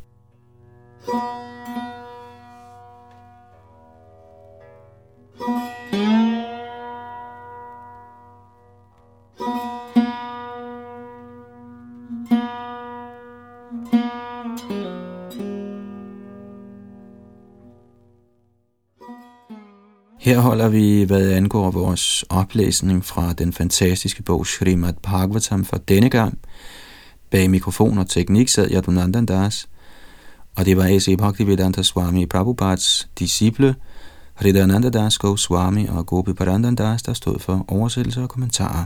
Her holder vi, hvad angår vores oplæsning fra den fantastiske bog Srimad Bhagavatam for denne gang. Bag mikrofon og teknik sad Yadunandan Das, og det var A C Bhaktivedanta Swami Prabhupads disciple, Hridayananda Das Goswami og Gopi Parandan Das, der stod for oversættelse og kommentarer.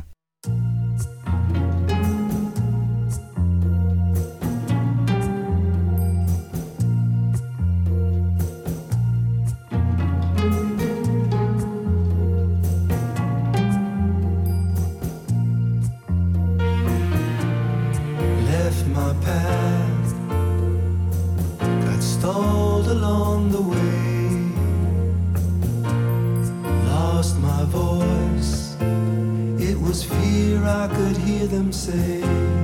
My path got stalled along the way, lost my voice, it was fear I could hear them say.